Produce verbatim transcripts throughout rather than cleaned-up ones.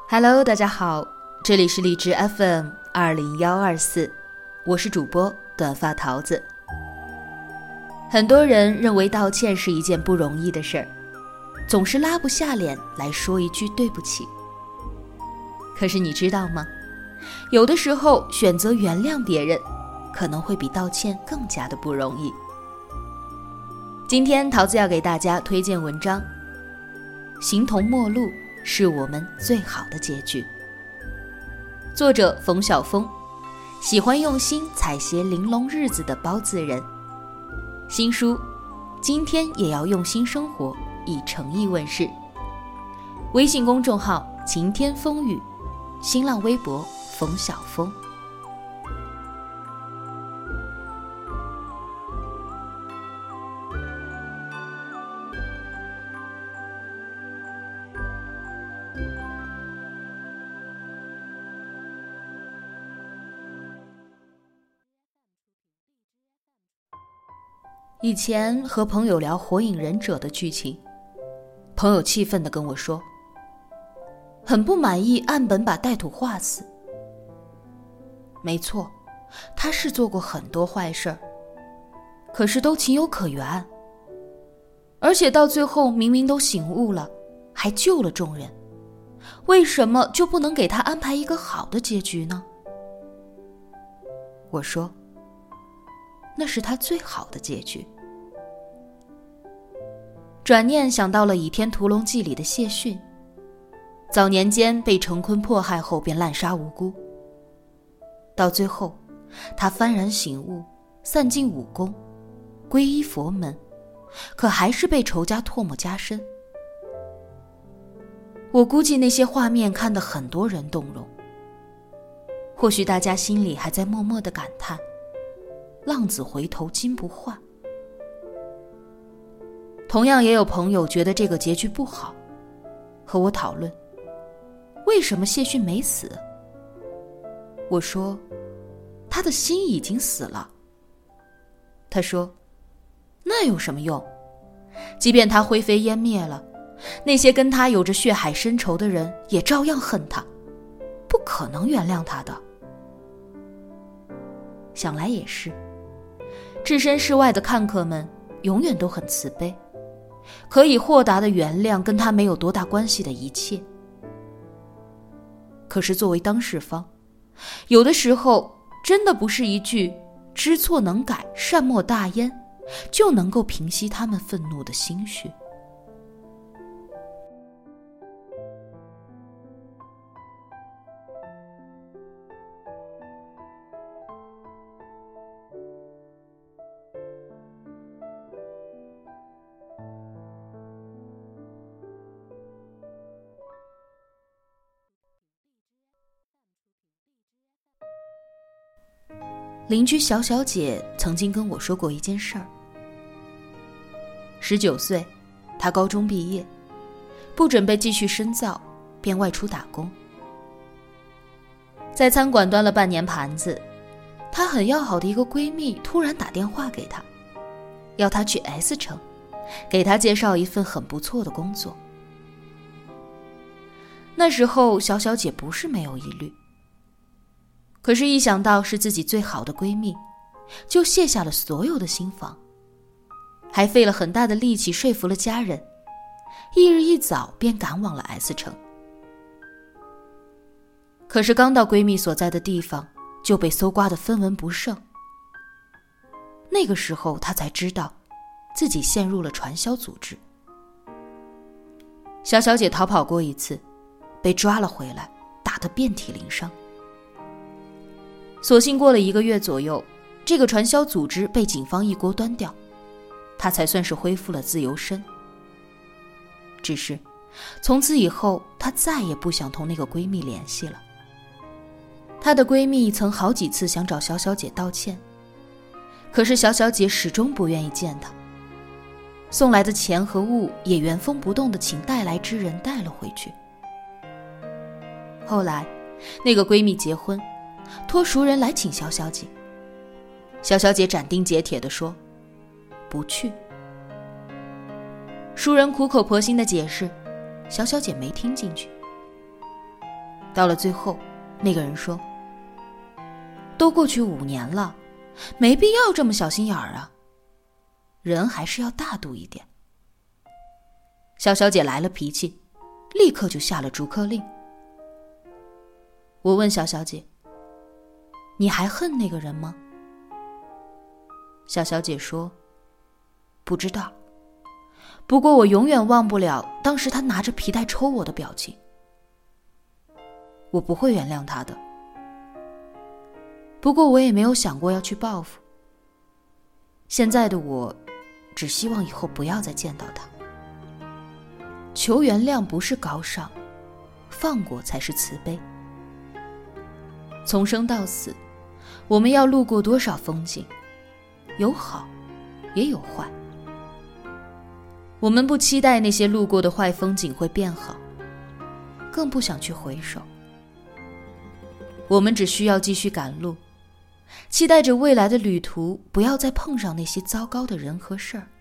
Hello， 大家好，这里是荔枝 F M 二零一二四，我是主播短发桃子。很多人认为道歉是一件不容易的事儿，总是拉不下脸来说一句对不起。可是你知道吗？有的时候选择原谅别人，可能会比道歉更加的不容易。今天桃子要给大家推荐文章，形同陌路是我们最好的结局。作者冯晓峰，喜欢用心采撷玲珑日子的包字人。新书今天也要用心生活以诚意问世。微信公众号晴天风雨，新浪微博冯晓峰。以前和朋友聊火影忍者的剧情，朋友气愤地跟我说，很不满意岸本把带土画死。没错，他是做过很多坏事儿，可是都情有可原，而且到最后明明都醒悟了，还救了众人，为什么就不能给他安排一个好的结局呢？我说，那是他最好的结局。转念想到了《倚天屠龙记》里的谢逊，早年间被成昆迫害后便滥杀无辜，到最后他幡然醒悟，散尽武功，皈依佛门，可还是被仇家唾沫加身。我估计那些画面看得很多人动容，或许大家心里还在默默地感叹，浪子回头金不换。同样也有朋友觉得这个结局不好，和我讨论为什么谢逊没死。我说，他的心已经死了。他说，那有什么用？即便他灰飞烟灭了，那些跟他有着血海深仇的人也照样恨他，不可能原谅他的。想来也是，置身事外的看客们永远都很慈悲，可以豁达地原谅跟他没有多大关系的一切。可是作为当事方，有的时候真的不是一句知错能改善莫大焉就能够平息他们愤怒的心绪。邻居小小姐曾经跟我说过一件事儿。十九岁，她高中毕业，不准备继续深造，便外出打工。在餐馆端了半年盘子，她很要好的一个闺蜜突然打电话给她，要她去 S 城，给她介绍一份很不错的工作。那时候小小姐不是没有疑虑，可是一想到是自己最好的闺蜜，就卸下了所有的心防，还费了很大的力气说服了家人，一日一早便赶往了 S 城。可是刚到闺蜜所在的地方，就被搜刮得分文不剩。那个时候她才知道自己陷入了传销组织。小小姐逃跑过一次，被抓了回来，打得遍体鳞伤。所幸过了一个月左右，这个传销组织被警方一锅端掉，她才算是恢复了自由身。只是从此以后，她再也不想同那个闺蜜联系了。她的闺蜜曾好几次想找小小姐道歉，可是小小姐始终不愿意见她，送来的钱和物也原封不动地请带来之人带了回去。后来那个闺蜜结婚，托熟人来请小小姐，小小姐斩钉截铁地说不去。熟人苦口婆心的解释，小小姐没听进去。 到了最后，那个人说，都过去五年了，没必要这么小心眼儿啊，人还是要大度一点。肖小姐来了脾气，立刻就下了逐客令。我问肖小姐，你还恨那个人吗？肖小姐说，不知道，不过我永远忘不了当时他拿着皮带抽我的表情。我不会原谅他的，不过我也没有想过要去报复。现在的我只希望以后不要再见到他。求原谅不是高尚，放过才是慈悲。从生到死，我们要路过多少风景，有好也有坏。我们不期待那些路过的坏风景会变好，更不想去回首。我们只需要继续赶路，期待着未来的旅途不要再碰上那些糟糕的人和事儿。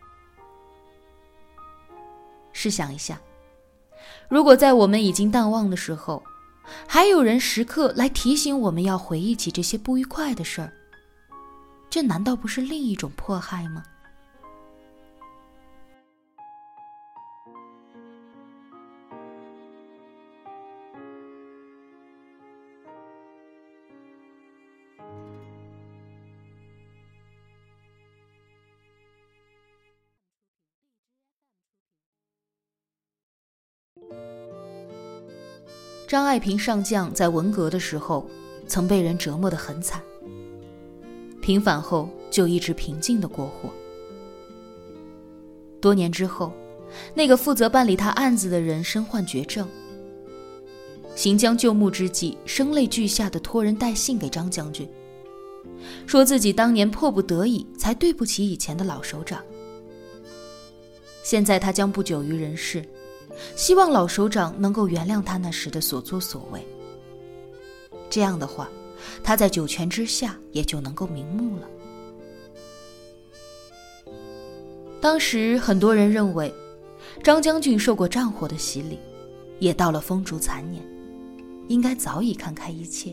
试想一下，如果在我们已经淡忘的时候，还有人时刻来提醒我们要回忆起这些不愉快的事儿，这难道不是另一种迫害吗？张爱萍上将在文革的时候曾被人折磨得很惨，平反后就一直平静地过活。多年之后，那个负责办理他案子的人身患绝症，行将就木之际，声泪俱下地托人带信给张将军，说自己当年迫不得已才对不起以前的老首长。现在他将不久于人世，希望老首长能够原谅他那时的所作所为。这样的话，他在九泉之下也就能够瞑目了。当时很多人认为，张将军受过战火的洗礼，也到了风烛残年，应该早已看开一切。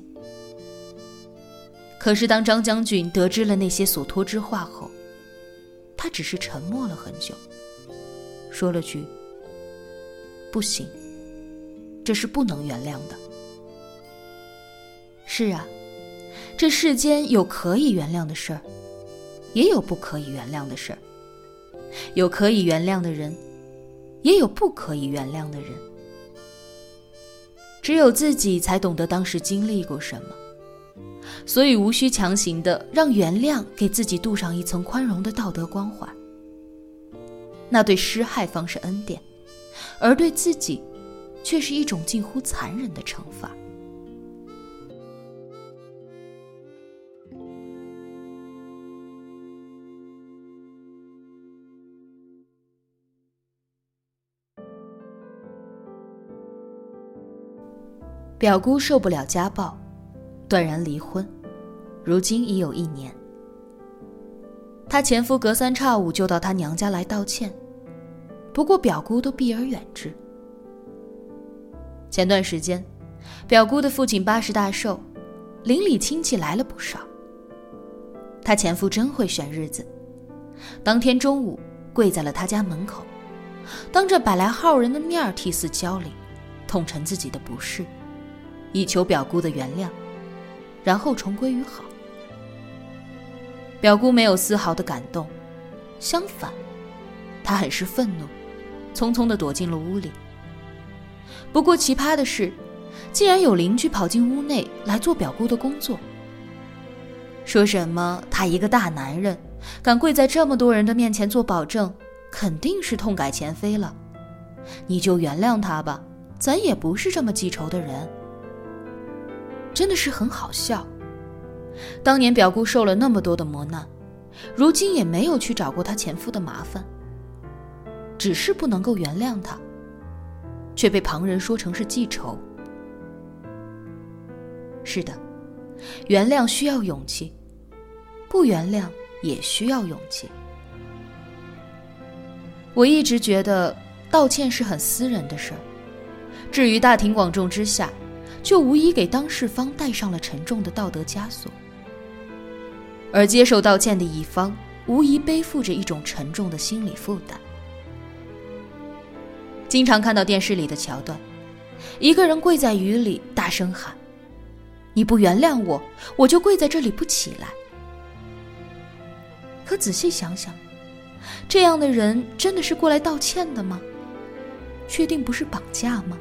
可是当张将军得知了那些所托之话后，他只是沉默了很久，说了句，不行，这是不能原谅的。是啊，这世间有可以原谅的事儿，也有不可以原谅的事儿，有可以原谅的人，也有不可以原谅的人。只有自己才懂得当时经历过什么，所以无需强行的让原谅给自己镀上一层宽容的道德光环。那对施害方是恩典，而对自己却是一种近乎残忍的惩罚。表姑受不了家暴，断然离婚，如今已有一年。她前夫隔三差五就到她娘家来道歉，不过表姑都避而远之。前段时间，表姑的父亲八十大寿，邻里亲戚来了不少。她前夫真会选日子，当天中午跪在了她家门口，当着百来号人的面涕泗交礼，痛陈自己的不是，以求表姑的原谅，然后重归于好。表姑没有丝毫的感动，相反，她很是愤怒，匆匆地躲进了屋里。不过奇葩的是，竟然有邻居跑进屋内来做表姑的工作，说什么他一个大男人敢跪在这么多人的面前做保证，肯定是痛改前非了，你就原谅他吧，咱也不是这么记仇的人。真的是很好笑，当年表姑受了那么多的磨难，如今也没有去找过她前夫的麻烦，只是不能够原谅他，却被旁人说成是记仇。是的，原谅需要勇气，不原谅也需要勇气。我一直觉得道歉是很私人的事儿，至于大庭广众之下就无疑给当事方带上了沉重的道德枷锁，而接受道歉的一方无疑背负着一种沉重的心理负担。经常看到电视里的桥段，一个人跪在雨里大声喊：你不原谅我，我就跪在这里不起来。可仔细想想，这样的人真的是过来道歉的吗？确定不是绑架吗？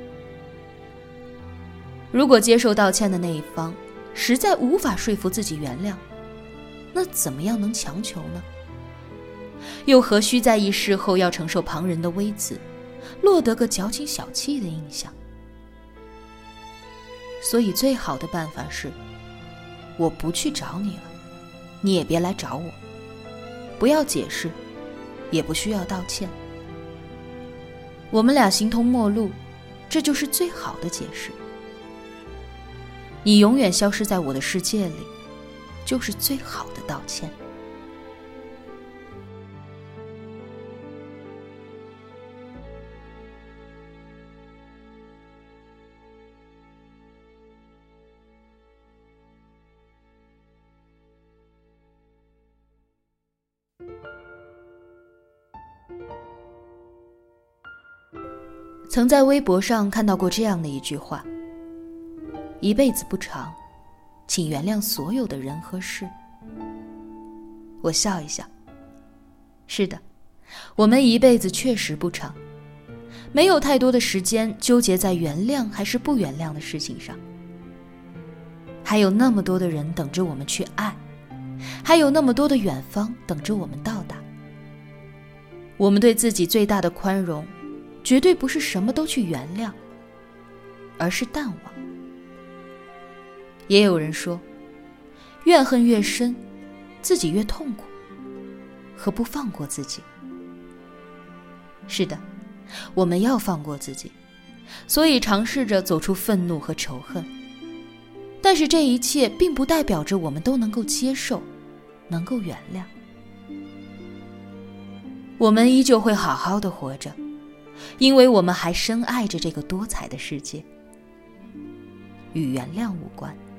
如果接受道歉的那一方实在无法说服自己原谅，那怎么样能强求呢？又何须在意事后要承受旁人的微词，落得个矫情小气的印象？所以最好的办法是，我不去找你了，你也别来找我，不要解释，也不需要道歉，我们俩形同陌路，这就是最好的解释。你永远消失在我的世界里，就是最好的道歉。曾在微博上看到过这样的一句话：一辈子不长，请原谅所有的人和事。我笑一笑，是的，我们一辈子确实不长，没有太多的时间纠结在原谅还是不原谅的事情上，还有那么多的人等着我们去爱，还有那么多的远方等着我们到达。我们对自己最大的宽容，绝对不是什么都去原谅，而是淡忘。也有人说，怨恨越深，自己越痛苦，何不放过自己？是的，我们要放过自己，所以尝试着走出愤怒和仇恨。但是这一切并不代表着我们都能够接受，能够原谅。我们依旧会好好的活着，因为我们还深爱着这个多彩的世界，与原谅无关。